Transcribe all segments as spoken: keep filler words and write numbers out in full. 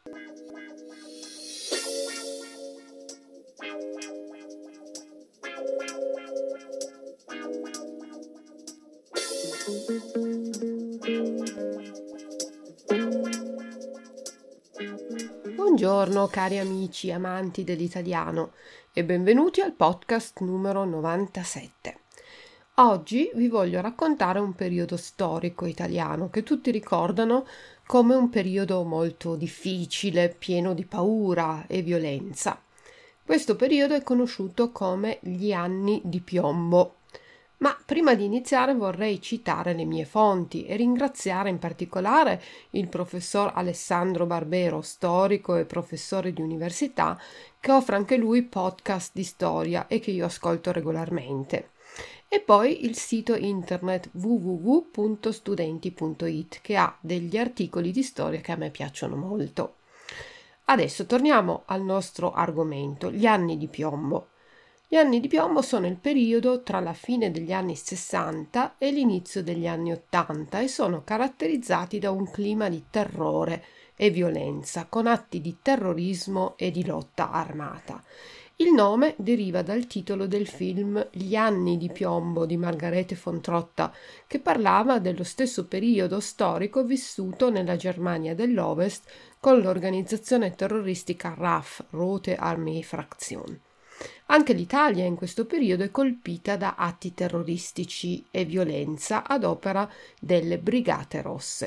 Buongiorno cari amici amanti dell'italiano e benvenuti al podcast numero novantasette. Oggi vi voglio raccontare un periodo storico italiano che tutti ricordano come un periodo molto difficile, pieno di paura e violenza. Questo periodo è conosciuto come gli anni di piombo. Ma prima di iniziare vorrei citare le mie fonti e ringraziare in particolare il professor Alessandro Barbero, storico e professore di università, che offre anche lui podcast di storia e che io ascolto regolarmente. E poi il sito internet w w w punto studenti punto i t che ha degli articoli di storia che a me piacciono molto. Adesso torniamo al nostro argomento, gli anni di piombo. Gli anni di piombo sono il periodo tra la fine degli anni sessanta e l'inizio degli anni ottanta e sono caratterizzati da un clima di terrore e violenza, con atti di terrorismo e di lotta armata. Il nome deriva dal titolo del film Gli anni di piombo di Margarete von Trotta, che parlava dello stesso periodo storico vissuto nella Germania dell'Ovest con l'organizzazione terroristica R A F, Rote Armee Fraktion. Anche l'Italia in questo periodo è colpita da atti terroristici e violenza ad opera delle Brigate Rosse.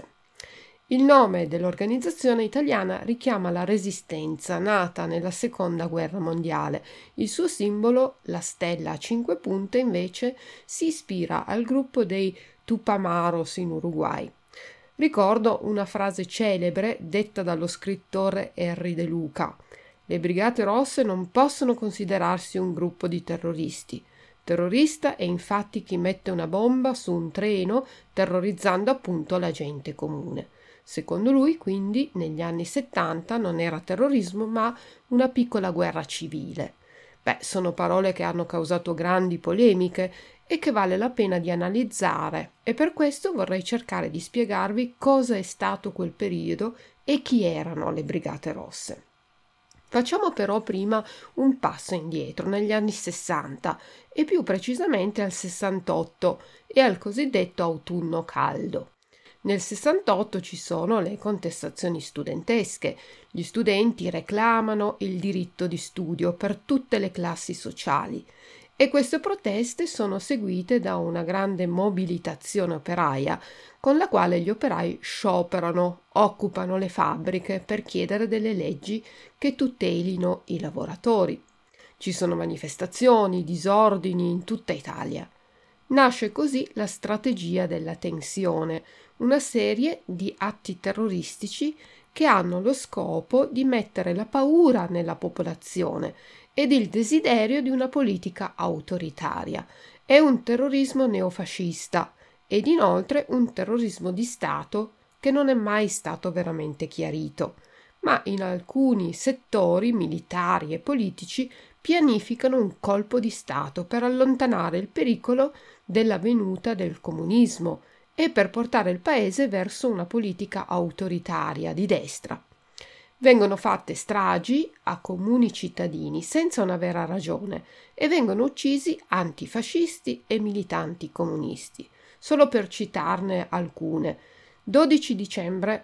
Il nome dell'organizzazione italiana richiama la Resistenza, nata nella Seconda Guerra Mondiale. Il suo simbolo, la stella a cinque punte, invece, si ispira al gruppo dei Tupamaros in Uruguay. Ricordo una frase celebre detta dallo scrittore Henry De Luca. Le Brigate Rosse non possono considerarsi un gruppo di terroristi. Terrorista è infatti chi mette una bomba su un treno terrorizzando appunto la gente comune. Secondo lui, quindi, negli anni settanta non era terrorismo ma una piccola guerra civile. Beh, sono parole che hanno causato grandi polemiche e che vale la pena di analizzare e per questo vorrei cercare di spiegarvi cosa è stato quel periodo e chi erano le Brigate Rosse. Facciamo però prima un passo indietro negli anni sessanta e più precisamente al sessantotto e al cosiddetto autunno caldo. Nel sessantotto ci sono le contestazioni studentesche. Gli studenti reclamano il diritto di studio per tutte le classi sociali e queste proteste sono seguite da una grande mobilitazione operaia con la quale gli operai scioperano, occupano le fabbriche per chiedere delle leggi che tutelino i lavoratori. Ci sono manifestazioni, disordini in tutta Italia. Nasce così la strategia della tensione, una serie di atti terroristici che hanno lo scopo di mettere la paura nella popolazione ed il desiderio di una politica autoritaria. È un terrorismo neofascista ed inoltre un terrorismo di Stato che non è mai stato veramente chiarito, ma in alcuni settori militari e politici pianificano un colpo di Stato per allontanare il pericolo della venuta del comunismo e per portare il paese verso una politica autoritaria di destra. Vengono fatte stragi a comuni cittadini senza una vera ragione e vengono uccisi antifascisti e militanti comunisti. Solo per citarne alcune. dodici dicembre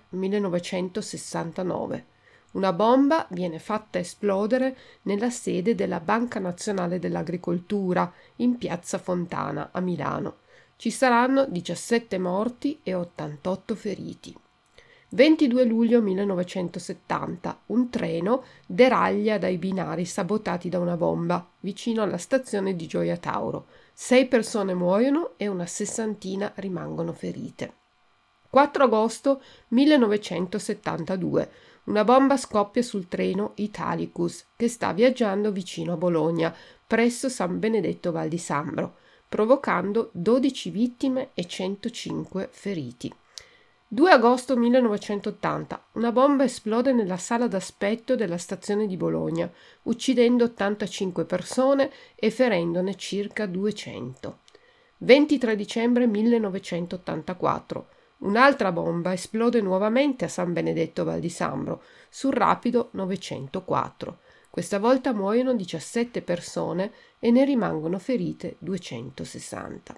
millenovecentosessantanove. Una bomba viene fatta esplodere nella sede della Banca Nazionale dell'Agricoltura in Piazza Fontana a Milano. Ci saranno diciassette morti e ottantotto feriti. ventidue luglio millenovecentosettanta. Un treno deraglia dai binari sabotati da una bomba vicino alla stazione di Gioia Tauro. Sei persone muoiono e una sessantina rimangono ferite. quattro agosto millenovecentosettantadue. Una bomba scoppia sul treno Italicus che sta viaggiando vicino a Bologna, presso San Benedetto Val di Sambro, provocando dodici vittime e centocinque feriti. due agosto millenovecentottanta. Una bomba esplode nella sala d'aspetto della stazione di Bologna, uccidendo ottantacinque persone e ferendone circa duecento. ventitré dicembre millenovecentottantaquattro. Un'altra bomba esplode nuovamente a San Benedetto Val di Sambro, sul rapido novecentoquattro. Questa volta muoiono diciassette persone e ne rimangono ferite duecentosessanta.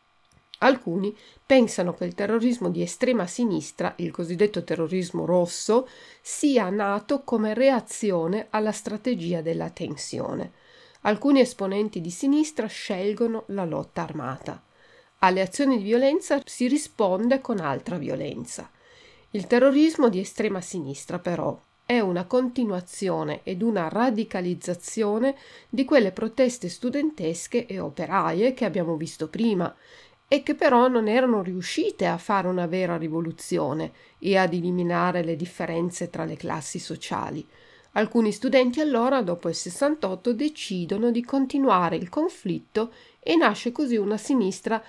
Alcuni pensano che il terrorismo di estrema sinistra, il cosiddetto terrorismo rosso, sia nato come reazione alla strategia della tensione. Alcuni esponenti di sinistra scelgono la lotta armata. Alle azioni di violenza si risponde con altra violenza. Il terrorismo di estrema sinistra, però, è una continuazione ed una radicalizzazione di quelle proteste studentesche e operaie che abbiamo visto prima e che però non erano riuscite a fare una vera rivoluzione e ad eliminare le differenze tra le classi sociali. Alcuni studenti allora, dopo il sessantotto, decidono di continuare il conflitto e nasce così una sinistra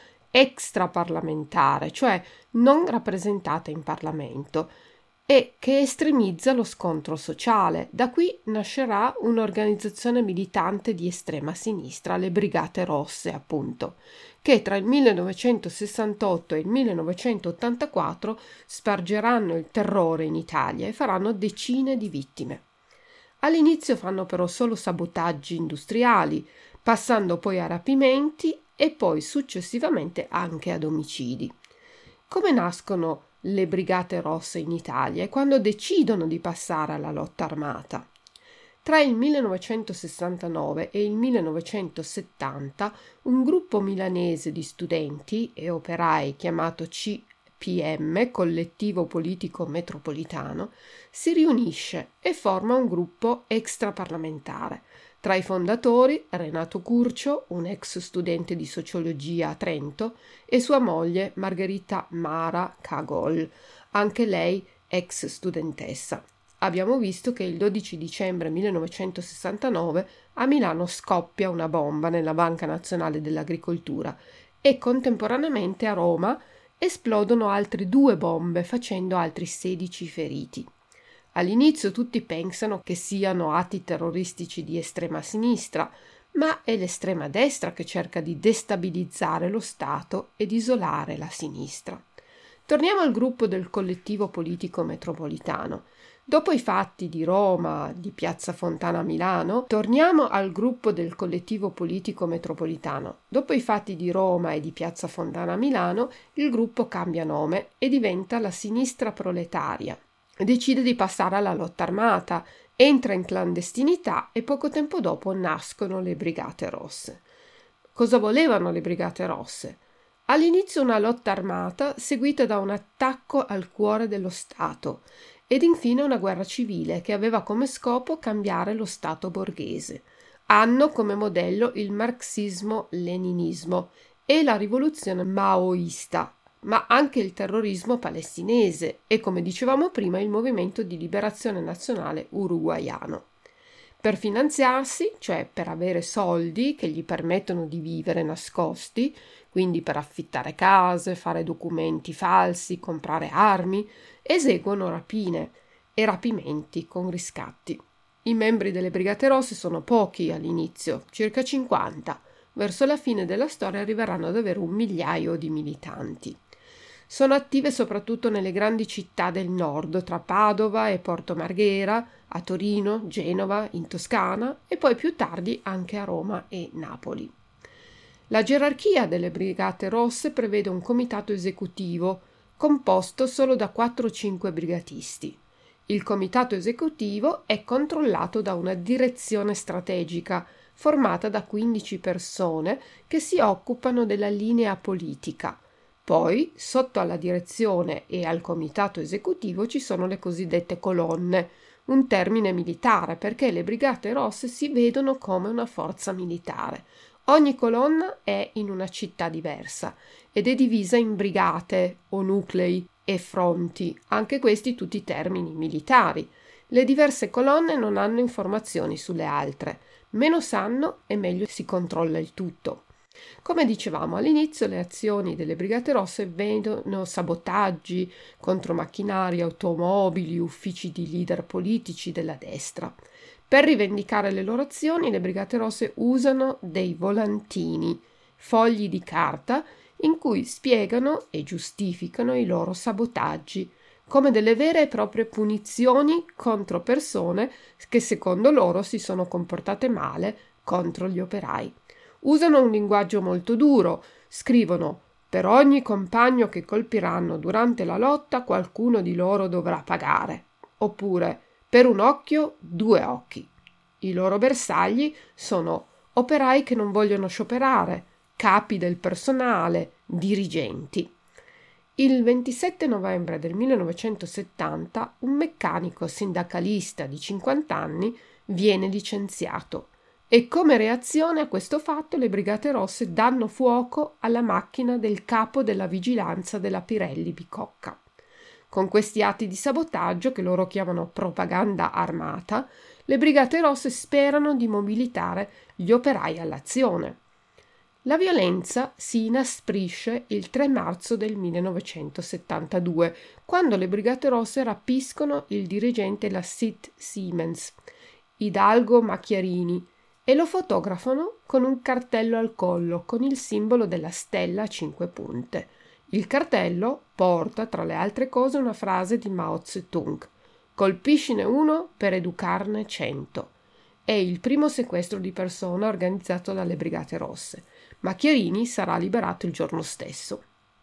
extraparlamentare, cioè non rappresentata in Parlamento, e che estremizza lo scontro sociale. Da qui nascerà un'organizzazione militante di estrema sinistra, le Brigate Rosse, appunto, che tra il millenovecentosessantotto e il millenovecentottantaquattro spargeranno il terrore in Italia e faranno decine di vittime. All'inizio fanno però solo sabotaggi industriali, passando poi a rapimenti e poi successivamente anche ad omicidi. Come nascono le Brigate Rosse in Italia e quando decidono di passare alla lotta armata? Tra il millenovecentosessantanove e il millenovecentosettanta un gruppo milanese di studenti e operai chiamato C P M, Collettivo Politico Metropolitano, si riunisce e forma un gruppo extraparlamentare. Tra i fondatori Renato Curcio, un ex studente di sociologia a Trento, e sua moglie Margherita Mara Cagol, anche lei ex studentessa. Abbiamo visto che il dodici dicembre millenovecentosessantanove a Milano scoppia una bomba nella Banca Nazionale dell'Agricoltura e contemporaneamente a Roma esplodono altre due bombe facendo altri sedici feriti. All'inizio tutti pensano che siano atti terroristici di estrema sinistra, ma è l'estrema destra che cerca di destabilizzare lo Stato ed isolare la sinistra. Torniamo al gruppo del Collettivo Politico Metropolitano. Dopo i fatti di Roma, di Piazza Fontana a Milano, torniamo al gruppo del Collettivo Politico Metropolitano. Dopo i fatti di Roma e di Piazza Fontana a Milano, il gruppo cambia nome e diventa la Sinistra Proletaria. Decide di passare alla lotta armata, entra in clandestinità e poco tempo dopo nascono le Brigate Rosse. Cosa volevano le Brigate Rosse? All'inizio una lotta armata seguita da un attacco al cuore dello Stato ed infine una guerra civile che aveva come scopo cambiare lo Stato borghese. Hanno come modello il marxismo-leninismo e la rivoluzione maoista, ma anche il terrorismo palestinese e, come dicevamo prima, il movimento di liberazione nazionale uruguaiano. Per finanziarsi, cioè per avere soldi che gli permettono di vivere nascosti, quindi per affittare case, fare documenti falsi, comprare armi, eseguono rapine e rapimenti con riscatti. I membri delle Brigate Rosse sono pochi all'inizio, circa cinquanta. Verso la fine della storia arriveranno ad avere un migliaio di militanti. Sono attive soprattutto nelle grandi città del nord, tra Padova e Porto Marghera, a Torino, Genova, in Toscana e poi più tardi anche a Roma e Napoli. La gerarchia delle Brigate Rosse prevede un comitato esecutivo composto solo da quattro o cinque brigatisti. Il comitato esecutivo è controllato da una direzione strategica formata da quindici persone che si occupano della linea politica. Poi, sotto alla direzione e al comitato esecutivo ci sono le cosiddette colonne, un termine militare perché le Brigate Rosse si vedono come una forza militare. Ogni colonna è in una città diversa ed è divisa in brigate o nuclei e fronti, anche questi tutti termini militari. Le diverse colonne non hanno informazioni sulle altre, meno sanno e meglio si controlla il tutto. Come dicevamo all'inizio, le azioni delle Brigate Rosse vedono sabotaggi contro macchinari, automobili, uffici di leader politici della destra. Per rivendicare le loro azioni, le Brigate Rosse usano dei volantini, fogli di carta in cui spiegano e giustificano i loro sabotaggi come delle vere e proprie punizioni contro persone che secondo loro si sono comportate male contro gli operai. Usano un linguaggio molto duro, scrivono: per ogni compagno che colpiranno durante la lotta qualcuno di loro dovrà pagare, oppure per un occhio due occhi. I loro bersagli sono operai che non vogliono scioperare, capi del personale, dirigenti. Il ventisette novembre del millenovecentosettanta un meccanico sindacalista di cinquanta anni viene licenziato e come reazione a questo fatto le Brigate Rosse danno fuoco alla macchina del capo della vigilanza della Pirelli Bicocca. Con questi atti di sabotaggio, che loro chiamano propaganda armata, le Brigate Rosse sperano di mobilitare gli operai all'azione. La violenza si inasprisce il tre marzo del millenovecentosettantadue, quando le Brigate Rosse rapiscono il dirigente Lassite Siemens, Hidalgo Macchiarini, e lo fotografano con un cartello al collo con il simbolo della stella a cinque punte. Il cartello porta, tra le altre cose, una frase di Mao Zedong: colpiscine uno per educarne cento. È il primo sequestro di persona organizzato dalle Brigate Rosse. Macchiarini sarà liberato il giorno stesso.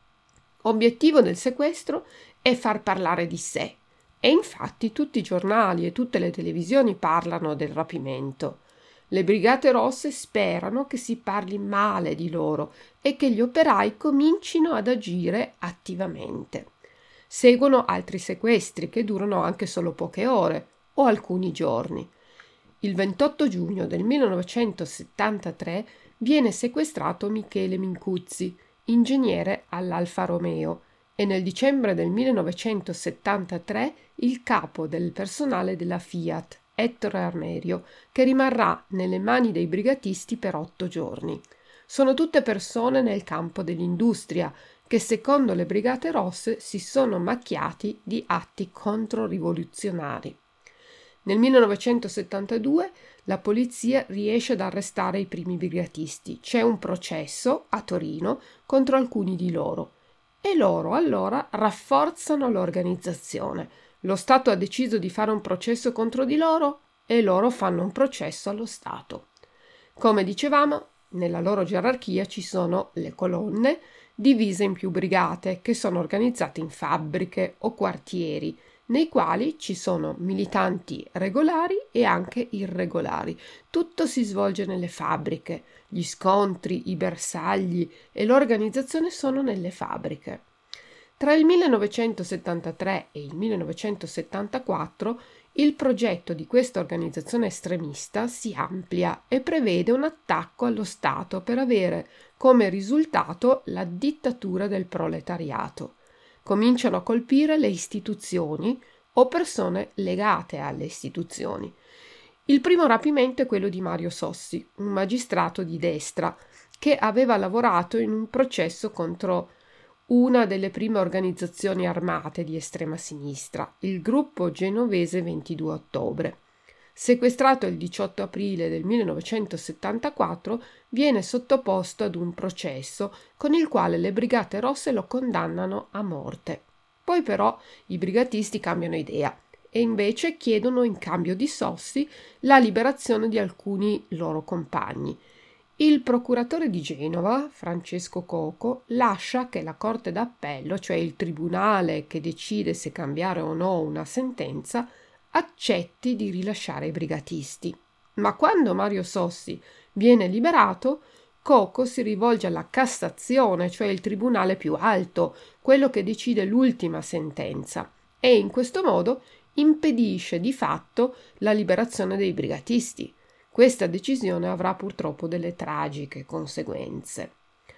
Obiettivo del sequestro è far parlare di sé, e infatti tutti i giornali e tutte le televisioni parlano del rapimento. Le Brigate Rosse sperano che si parli male di loro e che gli operai comincino ad agire attivamente. Seguono altri sequestri che durano anche solo poche ore o alcuni giorni. Il ventotto giugno del millenovecentosettantatré viene sequestrato Michele Mincuzzi, ingegnere all'Alfa Romeo, e nel dicembre del millenovecentosettantatré il capo del personale della Fiat, Ettore Armerio, che rimarrà nelle mani dei brigatisti per otto giorni. Sono tutte persone nel campo dell'industria che, secondo le Brigate Rosse, si sono macchiati di atti controrivoluzionari. Nel millenovecentosettantadue la polizia riesce ad arrestare i primi brigatisti. C'è un processo a Torino contro alcuni di loro e loro allora rafforzano l'organizzazione. Lo Stato ha deciso di fare un processo contro di loro e loro fanno un processo allo Stato. Come dicevamo, nella loro gerarchia ci sono le colonne divise in più brigate che sono organizzate in fabbriche o quartieri, nei quali ci sono militanti regolari e anche irregolari. Tutto si svolge nelle fabbriche, gli scontri, i bersagli e l'organizzazione sono nelle fabbriche. Tra il millenovecentosettantatré e il millenovecentosettantaquattro il progetto di questa organizzazione estremista si amplia e prevede un attacco allo Stato per avere come risultato la dittatura del proletariato. Cominciano a colpire le istituzioni o persone legate alle istituzioni. Il primo rapimento è quello di Mario Sossi, un magistrato di destra che aveva lavorato in un processo contro una delle prime organizzazioni armate di estrema sinistra, il gruppo genovese ventidue ottobre. Sequestrato il diciotto aprile del millenovecentosettantaquattro, viene sottoposto ad un processo con il quale le Brigate Rosse lo condannano a morte. Poi però i brigatisti cambiano idea e invece chiedono in cambio di Sossi la liberazione di alcuni loro compagni. Il procuratore di Genova, Francesco Coco, lascia che la Corte d'Appello, cioè il tribunale che decide se cambiare o no una sentenza, accetti di rilasciare i brigatisti. Ma quando Mario Sossi viene liberato, Coco si rivolge alla Cassazione, cioè il tribunale più alto, quello che decide l'ultima sentenza, e in questo modo impedisce di fatto la liberazione dei brigatisti. Questa decisione avrà purtroppo delle tragiche conseguenze.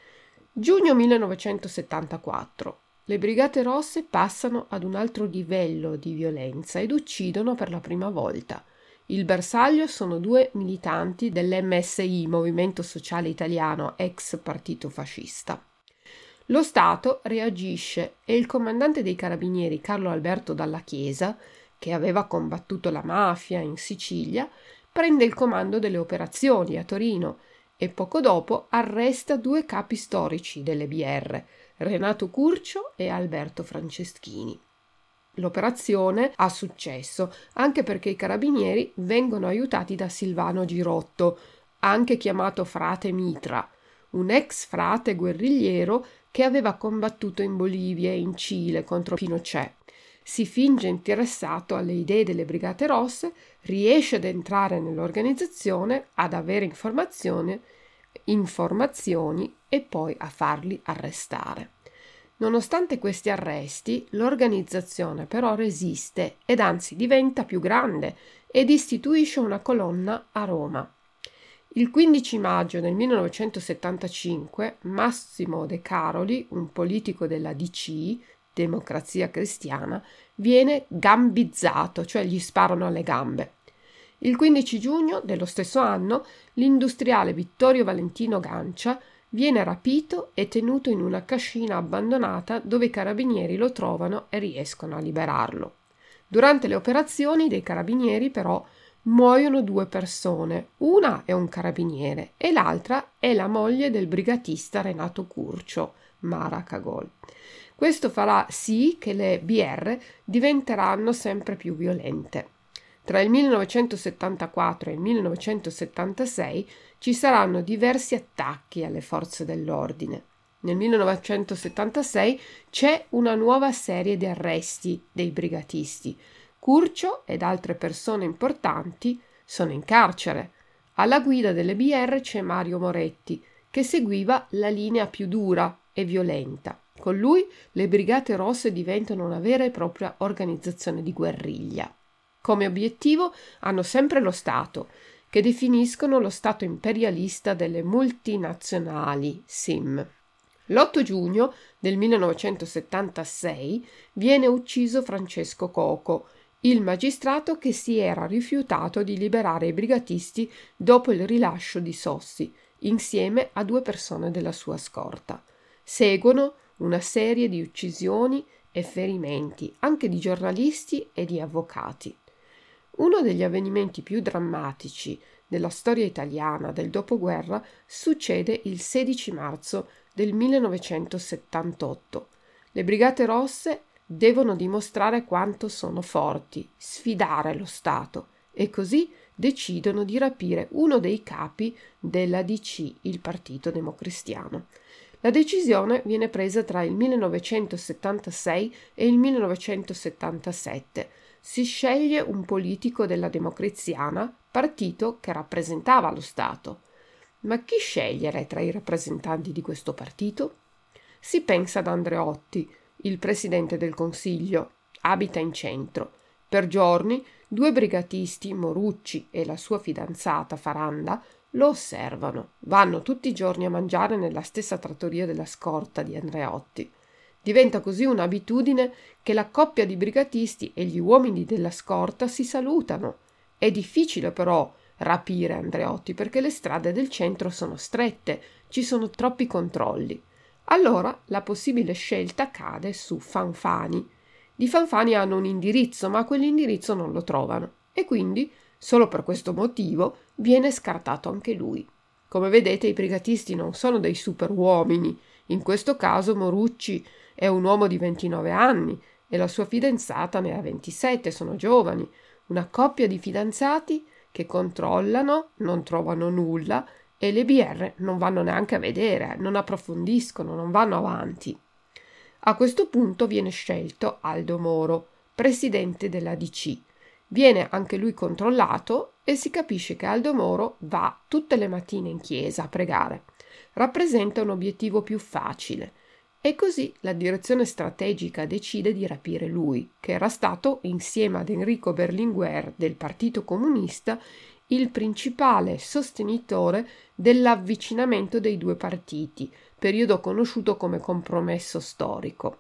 Giugno millenovecentosettantaquattro. Le Brigate Rosse passano ad un altro livello di violenza ed uccidono per la prima volta. Il bersaglio sono due militanti dell'M S I, Movimento Sociale Italiano, ex partito fascista. Lo Stato reagisce e il comandante dei Carabinieri Carlo Alberto Dalla Chiesa, che aveva combattuto la mafia in Sicilia, prende il comando delle operazioni a Torino e poco dopo arresta due capi storici delle B R, Renato Curcio e Alberto Franceschini. L'operazione ha successo anche perché i carabinieri vengono aiutati da Silvano Girotto, anche chiamato frate Mitra, un ex frate guerrigliero che aveva combattuto in Bolivia e in Cile contro Pinochet. Si finge interessato alle idee delle Brigate Rosse, riesce ad entrare nell'organizzazione, ad avere informazioni, informazioni e poi a farli arrestare. Nonostante questi arresti, l'organizzazione però resiste ed anzi diventa più grande ed istituisce una colonna a Roma. Il quindici maggio del millenovecentosettantacinque Massimo De Caroli, un politico della D C, Democrazia Cristiana, viene gambizzato, cioè gli sparano alle gambe. Il quindici giugno dello stesso anno l'industriale Vittorio Valentino Gancia viene rapito e tenuto in una cascina abbandonata dove i carabinieri lo trovano e riescono a liberarlo. Durante le operazioni dei carabinieri però muoiono due persone, una è un carabiniere e l'altra è la moglie del brigatista Renato Curcio, Mara Cagol. Questo farà sì che le B R diventeranno sempre più violente. Tra il millenovecentosettantaquattro e il millenovecentosettantasei ci saranno diversi attacchi alle forze dell'ordine. Nel millenovecentosettantasei c'è una nuova serie di arresti dei brigatisti. Curcio ed altre persone importanti sono in carcere. Alla guida delle B R c'è Mario Moretti, che seguiva la linea più dura e violenta. Con lui le Brigate Rosse diventano una vera e propria organizzazione di guerriglia. Come obiettivo hanno sempre lo Stato, che definiscono lo Stato imperialista delle multinazionali, S I M. L'otto giugno del millenovecentosettantasei viene ucciso Francesco Coco, il magistrato che si era rifiutato di liberare i brigatisti dopo il rilascio di Sossi, insieme a due persone della sua scorta. Seguono una serie di uccisioni e ferimenti, anche di giornalisti e di avvocati. Uno degli avvenimenti più drammatici della storia italiana del dopoguerra succede il sedici marzo del millenovecentosettantotto. Le Brigate Rosse devono dimostrare quanto sono forti, sfidare lo Stato e così decidono di rapire uno dei capi della D C, il Partito Democristiano. La decisione viene presa tra il millenovecentosettantasei e il millenovecentosettantasette. Si sceglie un politico della Democristiana, partito che rappresentava lo Stato. Ma chi scegliere tra i rappresentanti di questo partito? Si pensa ad Andreotti, il presidente del Consiglio, abita in centro. Per giorni due brigatisti, Morucci e la sua fidanzata Faranda, lo osservano. Vanno tutti i giorni a mangiare nella stessa trattoria della scorta di Andreotti. Diventa così un'abitudine che la coppia di brigatisti e gli uomini della scorta si salutano. È difficile però rapire Andreotti perché le strade del centro sono strette, ci sono troppi controlli. Allora la possibile scelta cade su Fanfani. Di Fanfani hanno un indirizzo, ma quell'indirizzo non lo trovano e quindi, solo per questo motivo, viene scartato anche lui. Come vedete, i brigatisti non sono dei superuomini. In questo caso Morucci è un uomo di ventinove anni e la sua fidanzata ne ha ventisette, sono giovani. Una coppia di fidanzati che controllano, non trovano nulla e le B R non vanno neanche a vedere, non approfondiscono, non vanno avanti. A questo punto viene scelto Aldo Moro, presidente della D C. Viene anche lui controllato e si capisce che Aldo Moro va tutte le mattine in chiesa a pregare. Rappresenta un obiettivo più facile e così la direzione strategica decide di rapire lui, che era stato, insieme ad Enrico Berlinguer del Partito Comunista, il principale sostenitore dell'avvicinamento dei due partiti, periodo conosciuto come compromesso storico.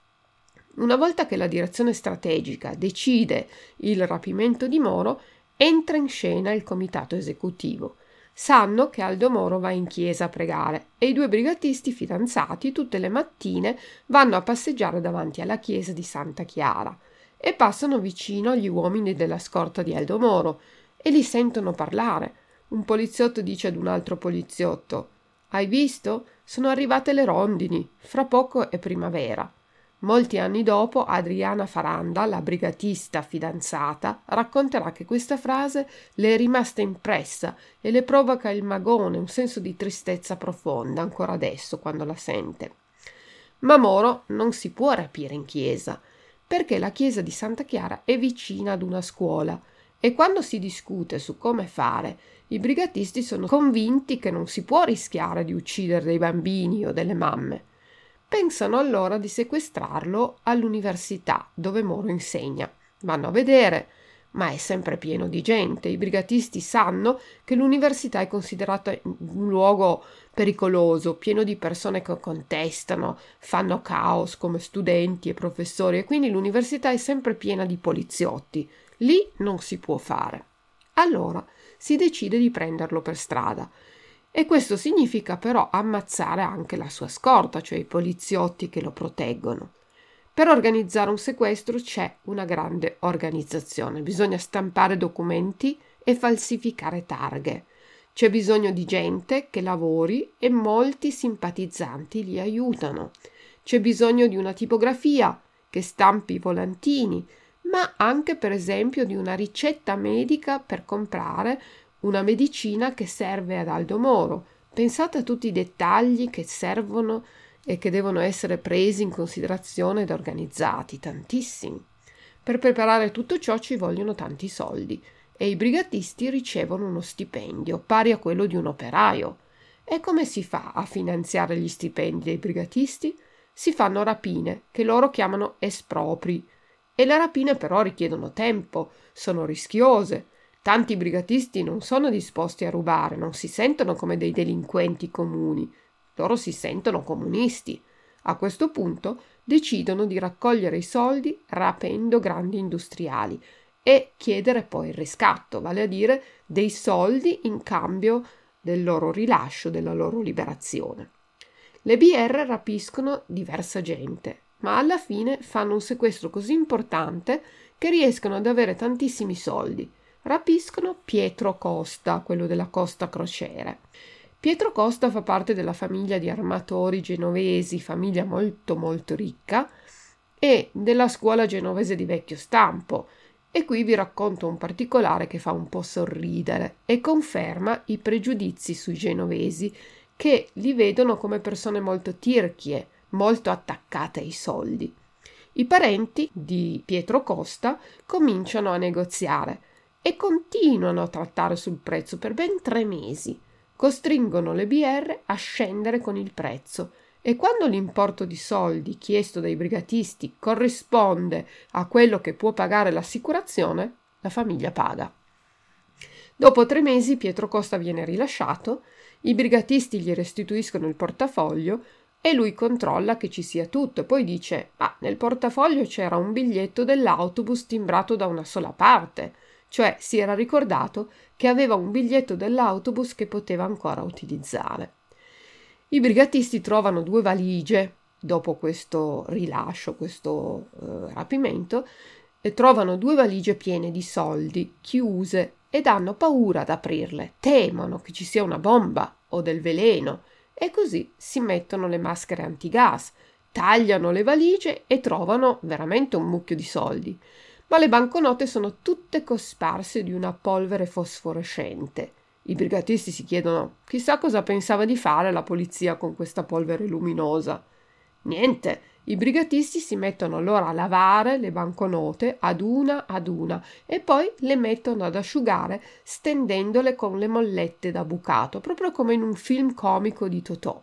Una volta che la direzione strategica decide il rapimento di Moro, entra in scena il comitato esecutivo. Sanno che Aldo Moro va in chiesa a pregare e i due brigatisti fidanzati tutte le mattine vanno a passeggiare davanti alla chiesa di Santa Chiara e passano vicino agli uomini della scorta di Aldo Moro e li sentono parlare. Un poliziotto dice ad un altro poliziotto: «Hai visto? Sono arrivate le rondini, fra poco è primavera». Molti anni dopo, Adriana Faranda, la brigatista fidanzata, racconterà che questa frase le è rimasta impressa e le provoca il magone, un senso di tristezza profonda, ancora adesso, quando la sente. Ma Moro non si può rapire in chiesa, perché la chiesa di Santa Chiara è vicina ad una scuola e quando si discute su come fare, i brigatisti sono convinti che non si può rischiare di uccidere dei bambini o delle mamme. Pensano allora di sequestrarlo all'università dove Moro insegna. Vanno a vedere, ma è sempre pieno di gente. I brigatisti sanno che l'università è considerata un luogo pericoloso, pieno di persone che contestano, fanno caos come studenti e professori, e quindi l'università è sempre piena di poliziotti. Lì non si può fare. Allora si decide di prenderlo per strada. E questo significa però ammazzare anche la sua scorta, cioè i poliziotti che lo proteggono. Per organizzare un sequestro c'è una grande organizzazione. Bisogna stampare documenti e falsificare targhe. C'è bisogno di gente che lavori e molti simpatizzanti li aiutano. C'è bisogno di una tipografia che stampi i volantini, ma anche per esempio di una ricetta medica per comprare una medicina che serve ad Aldo Moro. Pensate a tutti i dettagli che servono e che devono essere presi in considerazione ed organizzati, tantissimi. Per preparare tutto ciò ci vogliono tanti soldi e i brigatisti ricevono uno stipendio pari a quello di un operaio. E come si fa a finanziare gli stipendi dei brigatisti? Si fanno rapine, che loro chiamano espropri. E le rapine però richiedono tempo, sono rischiose. Tanti brigatisti non sono disposti a rubare, non si sentono come dei delinquenti comuni, loro si sentono comunisti. A questo punto decidono di raccogliere i soldi rapendo grandi industriali e chiedere poi il riscatto, vale a dire dei soldi in cambio del loro rilascio, della loro liberazione. Le B R rapiscono diversa gente, ma alla fine fanno un sequestro così importante che riescono ad avere tantissimi soldi. Rapiscono Pietro Costa, quello della Costa Crociere. Pietro Costa fa parte della famiglia di armatori genovesi, famiglia molto molto ricca, e della scuola genovese di vecchio stampo. E qui vi racconto un particolare che fa un po' sorridere e conferma i pregiudizi sui genovesi, che li vedono come persone molto tirchie, molto attaccate ai soldi. I parenti di Pietro Costa cominciano a negoziare e continuano a trattare sul prezzo per ben tre mesi. Costringono le B R a scendere con il prezzo e quando l'importo di soldi chiesto dai brigatisti corrisponde a quello che può pagare l'assicurazione, la famiglia paga. Dopo tre mesi Pietro Costa viene rilasciato, i brigatisti gli restituiscono il portafoglio e lui controlla che ci sia tutto e poi dice: «Ma nel portafoglio c'era un biglietto dell'autobus timbrato da una sola parte», cioè si era ricordato che aveva un biglietto dell'autobus che poteva ancora utilizzare. I brigatisti trovano due valigie dopo questo rilascio, questo eh, rapimento, e trovano due valigie piene di soldi, chiuse, ed hanno paura ad aprirle, temono che ci sia una bomba o del veleno, e così si mettono le maschere antigas, tagliano le valigie e trovano veramente un mucchio di soldi. Ma le banconote sono tutte cosparse di una polvere fosforescente. I brigatisti si chiedono chissà cosa pensava di fare la polizia con questa polvere luminosa. Niente, i brigatisti si mettono allora a lavare le banconote ad una ad una e poi le mettono ad asciugare stendendole con le mollette da bucato, proprio come in un film comico di Totò.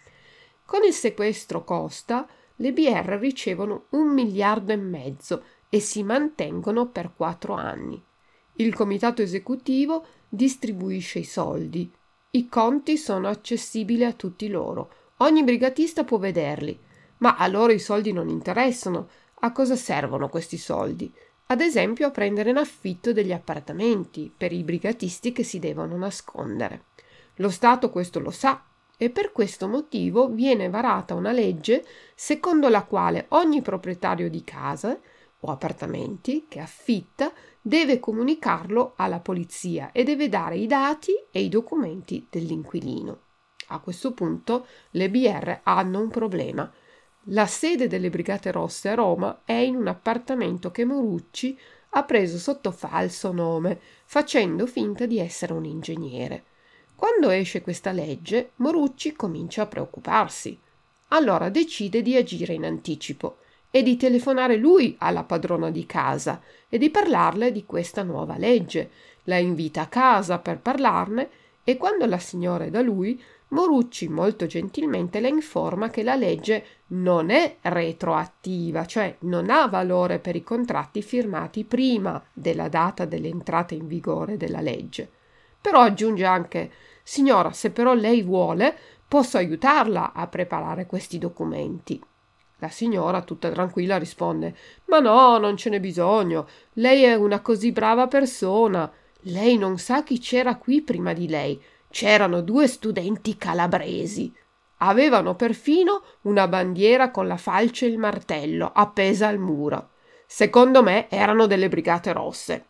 Con il sequestro Costa, le B R ricevono un miliardo e mezzo e si mantengono per quattro anni. Il comitato esecutivo distribuisce i soldi. I conti sono accessibili a tutti loro. Ogni brigatista può vederli. Ma a loro i soldi non interessano. A cosa servono questi soldi? Ad esempio a prendere in affitto degli appartamenti per i brigatisti che si devono nascondere. Lo Stato questo lo sa e per questo motivo viene varata una legge secondo la quale ogni proprietario di casa o appartamenti che affitta deve comunicarlo alla polizia e deve dare i dati e i documenti dell'inquilino. A questo punto le B R hanno un problema. La sede delle Brigate Rosse a Roma è in un appartamento che Morucci ha preso sotto falso nome, facendo finta di essere un ingegnere. Quando esce questa legge, Morucci comincia a preoccuparsi. Allora decide di agire in anticipo e di telefonare lui alla padrona di casa e di parlarle di questa nuova legge. La invita a casa per parlarne e quando la signora è da lui, Morucci molto gentilmente le informa che la legge non è retroattiva, cioè non ha valore per i contratti firmati prima della data dell'entrata in vigore della legge. Però aggiunge anche: signora, se però lei vuole, posso aiutarla a preparare questi documenti. La signora, tutta tranquilla, risponde: ma no, non ce n'è bisogno, lei è una così brava persona, lei non sa chi c'era qui prima di lei. C'erano due studenti calabresi. Avevano perfino una bandiera con la falce e il martello appesa al muro. Secondo me erano delle Brigate Rosse.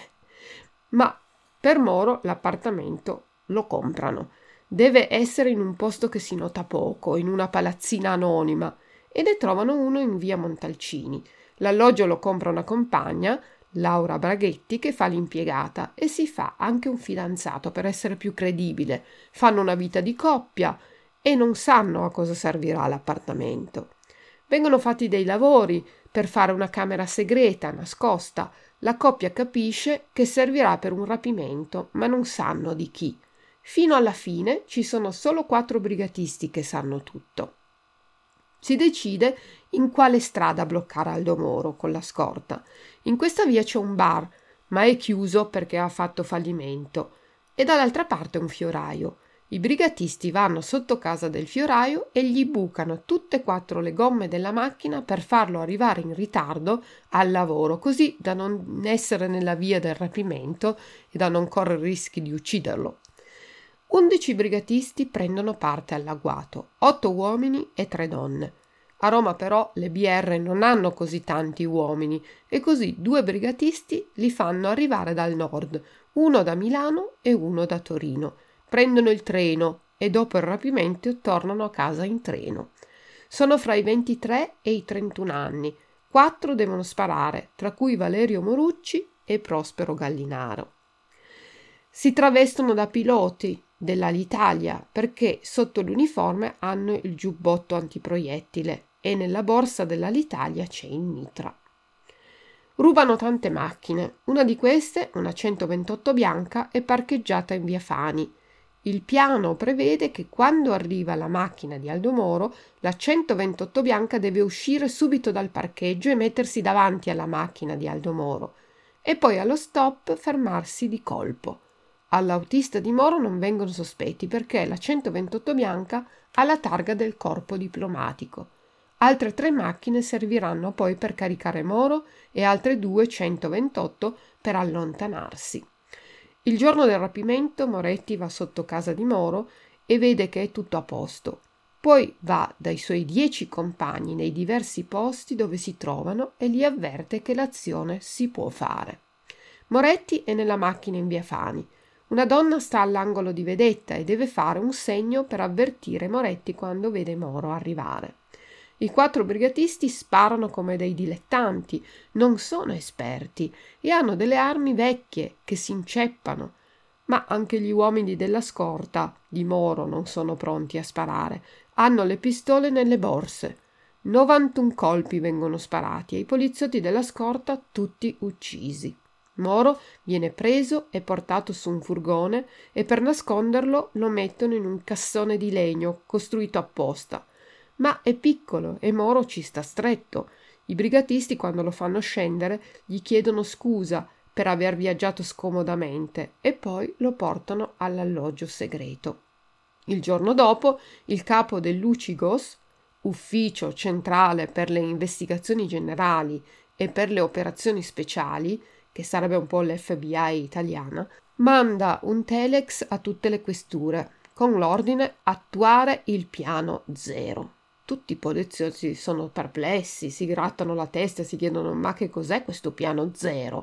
Ma per Moro l'appartamento lo comprano. Deve essere in un posto che si nota poco, in una palazzina anonima, e ne trovano uno in via Montalcini. L'alloggio lo compra una compagna, Laura Braghetti, che fa l'impiegata e si fa anche un fidanzato per essere più credibile. Fanno una vita di coppia e non sanno a cosa servirà l'appartamento. Vengono fatti dei lavori per fare una camera segreta nascosta. La coppia capisce che servirà per un rapimento, ma non sanno di chi. Fino alla fine ci sono solo quattro brigatisti che sanno tutto. Si decide in quale strada bloccare Aldo Moro con la scorta. In questa via c'è un bar, ma è chiuso perché ha fatto fallimento, e dall'altra parte un fioraio. I brigatisti vanno sotto casa del fioraio e gli bucano tutte e quattro le gomme della macchina per farlo arrivare in ritardo al lavoro, così da non essere nella via del rapimento e da non correre rischi di ucciderlo. Undici brigatisti prendono parte all'agguato, otto uomini e tre donne. A Roma però le B R non hanno così tanti uomini e così due brigatisti li fanno arrivare dal nord, uno da Milano e uno da Torino. Prendono il treno e dopo il rapimento tornano a casa in treno. Sono fra i ventitré e i trentuno anni. Quattro devono sparare, tra cui Valerio Morucci e Prospero Gallinaro. Si travestono da piloti dell'Alitalia perché sotto l'uniforme hanno il giubbotto antiproiettile e nella borsa dell'Alitalia c'è il mitra. Rubano tante macchine. Una di queste, una centoventotto bianca, è parcheggiata in via Fani. Il piano prevede che quando arriva la macchina di Aldo Moro, la centoventotto bianca deve uscire subito dal parcheggio e mettersi davanti alla macchina di Aldo Moro e poi allo stop fermarsi di colpo. All'autista di Moro non vengono sospetti perché la centoventotto bianca ha la targa del corpo diplomatico. Altre tre macchine serviranno poi per caricare Moro e altre due centoventotto per allontanarsi. Il giorno del rapimento Moretti va sotto casa di Moro e vede che è tutto a posto. Poi va dai suoi dieci compagni nei diversi posti dove si trovano e li avverte che l'azione si può fare. Moretti è nella macchina in via Fani. Una donna sta all'angolo di vedetta e deve fare un segno per avvertire Moretti quando vede Moro arrivare. I quattro brigatisti sparano come dei dilettanti, non sono esperti e hanno delle armi vecchie che si inceppano. Ma anche gli uomini della scorta di Moro non sono pronti a sparare, hanno le pistole nelle borse. novantuno colpi vengono sparati e i poliziotti della scorta tutti uccisi. Moro viene preso e portato su un furgone e per nasconderlo lo mettono in un cassone di legno costruito apposta. Ma è piccolo e Moro ci sta stretto. I brigatisti, quando lo fanno scendere, gli chiedono scusa per aver viaggiato scomodamente e poi lo portano all'alloggio segreto. Il giorno dopo, il capo dell'U C I G O S, Ufficio Centrale per le Investigazioni Generali e per le Operazioni Speciali, che sarebbe un po' l'F B I italiana, manda un telex a tutte le questure con l'ordine attuare il piano zero. Tutti i poliziotti sono perplessi, si grattano la testa e si chiedono: ma che cos'è questo piano zero?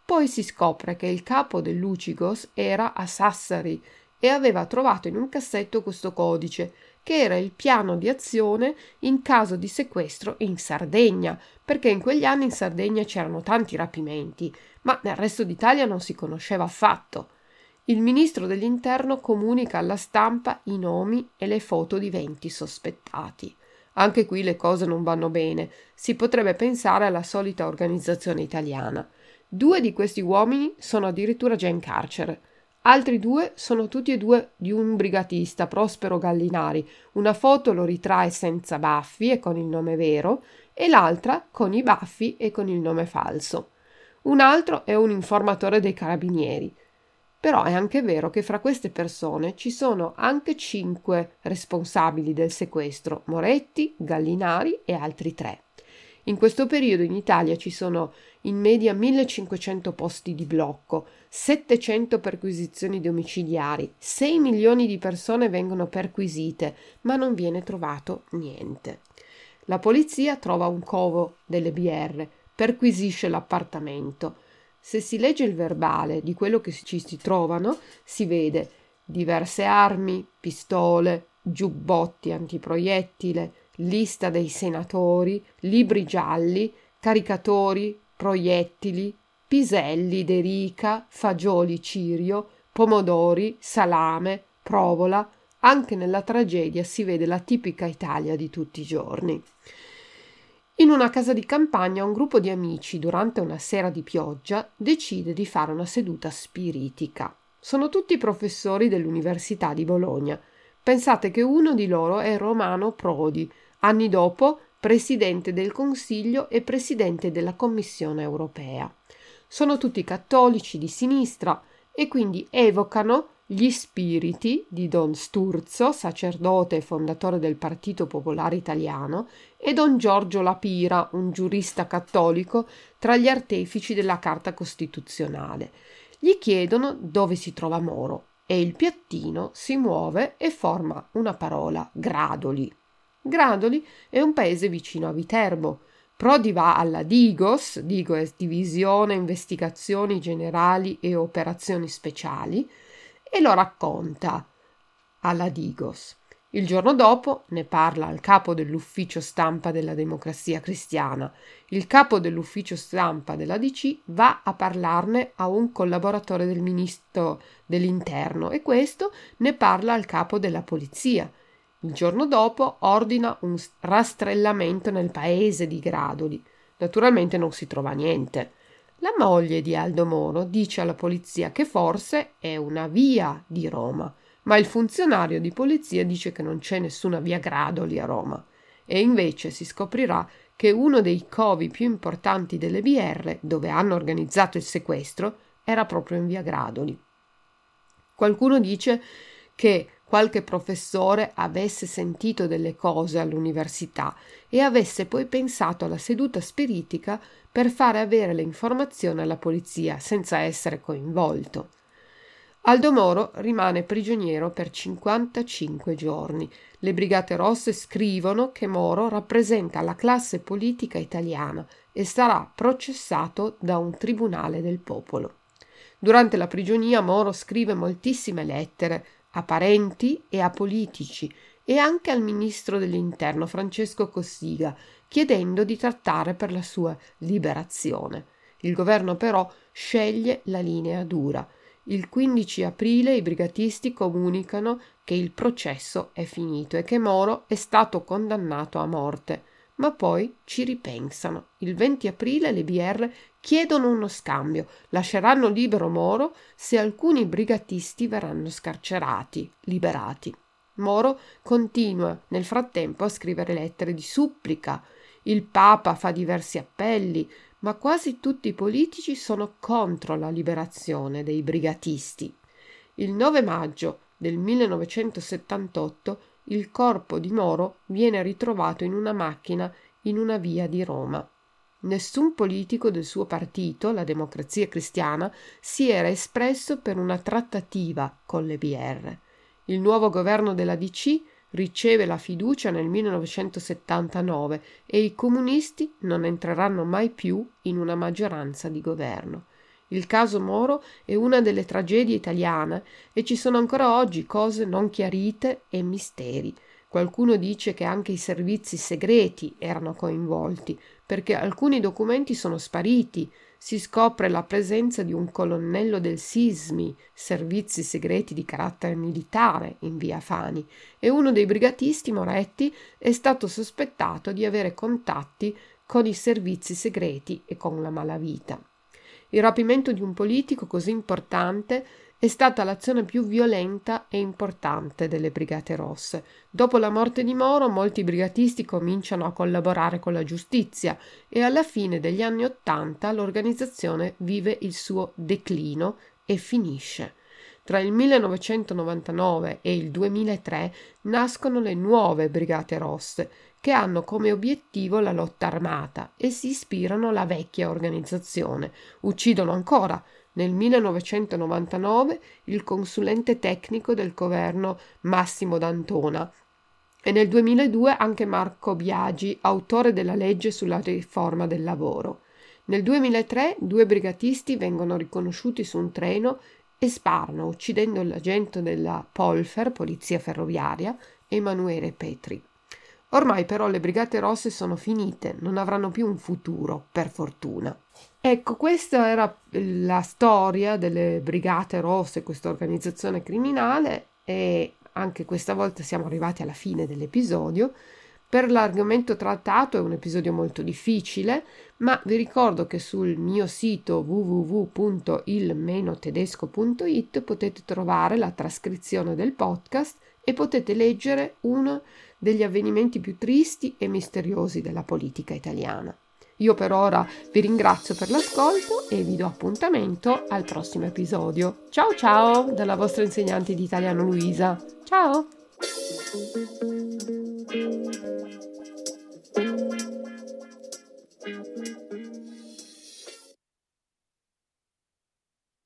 Poi si scopre che il capo dell'Ucigos era a Sassari e aveva trovato in un cassetto questo codice, che era il piano di azione in caso di sequestro in Sardegna, perché in quegli anni in Sardegna c'erano tanti rapimenti, ma nel resto d'Italia non si conosceva affatto. Il ministro dell'Interno comunica alla stampa i nomi e le foto di venti sospettati. Anche qui le cose non vanno bene, si potrebbe pensare alla solita organizzazione italiana. Due di questi uomini sono addirittura già in carcere. Altri due sono tutti e due di un brigatista, Prospero Gallinari. Una foto lo ritrae senza baffi e con il nome vero, e l'altra con i baffi e con il nome falso. Un altro è un informatore dei carabinieri. Però è anche vero che fra queste persone ci sono anche cinque responsabili del sequestro: Moretti, Gallinari e altri tre. In questo periodo in Italia ci sono in media millecinquecento posti di blocco, settecento perquisizioni domiciliari, sei milioni di persone vengono perquisite, ma non viene trovato niente. La polizia trova un covo delle B R, perquisisce l'appartamento. Se si legge il verbale di quello che ci si trovano, si vede diverse armi, pistole, giubbotti antiproiettile, lista dei senatori, libri gialli, caricatori, proiettili, piselli d'erica, fagioli cirio, pomodori, salame, provola. Anche nella tragedia si vede la tipica Italia di tutti i giorni. In una casa di campagna un gruppo di amici, durante una sera di pioggia, decide di fare una seduta spiritica. Sono tutti professori dell'Università di Bologna. Pensate che uno di loro è Romano Prodi, anni dopo presidente del Consiglio e presidente della Commissione europea. Sono tutti cattolici di sinistra e quindi evocano gli spiriti di Don Sturzo, sacerdote e fondatore del Partito Popolare Italiano, e Don Giorgio La Pira, un giurista cattolico tra gli artefici della Carta Costituzionale. Gli chiedono dove si trova Moro e il piattino si muove e forma una parola: Gradoli. Gradoli è un paese vicino a Viterbo. Prodi va alla Digos, Digo è Divisione Investigazioni Generali e Operazioni Speciali, e lo racconta alla Digos. Il giorno dopo ne parla al capo dell'ufficio stampa della Democrazia Cristiana. Il capo dell'ufficio stampa della D C va a parlarne a un collaboratore del ministro dell'Interno e questo ne parla al capo della polizia. Il giorno dopo ordina un rastrellamento nel paese di Gradoli. Naturalmente non si trova niente. La moglie di Aldo Moro dice alla polizia che forse è una via di Roma, ma il funzionario di polizia dice che non c'è nessuna via Gradoli a Roma. E invece si scoprirà che uno dei covi più importanti delle B R, dove hanno organizzato il sequestro, era proprio in via Gradoli. Qualcuno dice che qualche professore avesse sentito delle cose all'università e avesse poi pensato alla seduta spiritica per fare avere le informazioni alla polizia senza essere coinvolto. Aldo Moro rimane prigioniero per cinquantacinque giorni. Le Brigate Rosse scrivono che Moro rappresenta la classe politica italiana e sarà processato da un tribunale del popolo. Durante la prigionia Moro scrive moltissime lettere a parenti e a politici e anche al ministro dell'Interno Francesco Cossiga, chiedendo di trattare per la sua liberazione. Il governo però sceglie la linea dura. Il quindici aprile i brigatisti comunicano che il processo è finito e che Moro è stato condannato a morte, ma poi ci ripensano. Il venti aprile le B R chiedono uno scambio, lasceranno libero Moro se alcuni brigatisti verranno scarcerati, liberati. Moro continua nel frattempo a scrivere lettere di supplica. Il Papa fa diversi appelli, ma quasi tutti i politici sono contro la liberazione dei brigatisti. Il nove maggio del millenovecentosettantotto il corpo di Moro viene ritrovato in una macchina in una via di Roma. Nessun politico del suo partito, la Democrazia Cristiana, si era espresso per una trattativa con le B R. Il nuovo governo della D C riceve la fiducia nel millenovecentosettantanove e i comunisti non entreranno mai più in una maggioranza di governo. Il caso Moro è una delle tragedie italiane e ci sono ancora oggi cose non chiarite e misteri. Qualcuno dice che anche i servizi segreti erano coinvolti, perché alcuni documenti sono spariti. Si scopre la presenza di un colonnello del SISMI, servizi segreti di carattere militare, in via Fani, e uno dei brigatisti, Moretti, è stato sospettato di avere contatti con i servizi segreti e con la malavita. Il rapimento di un politico così importante è stata l'azione più violenta e importante delle Brigate Rosse. Dopo la morte di Moro, molti brigatisti cominciano a collaborare con la giustizia e alla fine degli anni Ottanta l'organizzazione vive il suo declino e finisce. Tra il millenovecentonovantanove e il duemilatré nascono le nuove Brigate Rosse, che hanno come obiettivo la lotta armata e si ispirano alla vecchia organizzazione. Uccidono ancora, nel millenovecentonovantanove, il consulente tecnico del governo Massimo D'Antona e nel duemiladue anche Marco Biagi, autore della legge sulla riforma del lavoro. Nel duemilatré due brigatisti vengono riconosciuti su un treno e sparano, uccidendo l'agente della Polfer, polizia ferroviaria, Emanuele Petri. Ormai però le Brigate Rosse sono finite, non avranno più un futuro, per fortuna. Ecco, questa era la storia delle Brigate Rosse, questa organizzazione criminale, e anche questa volta siamo arrivati alla fine dell'episodio. Per l'argomento trattato è un episodio molto difficile, ma vi ricordo che sul mio sito w w w punto il tedesco punto it potete trovare la trascrizione del podcast e potete leggere uno degli avvenimenti più tristi e misteriosi della politica italiana. Io per ora vi ringrazio per l'ascolto e vi do appuntamento al prossimo episodio. Ciao ciao dalla vostra insegnante di italiano Luisa. Ciao!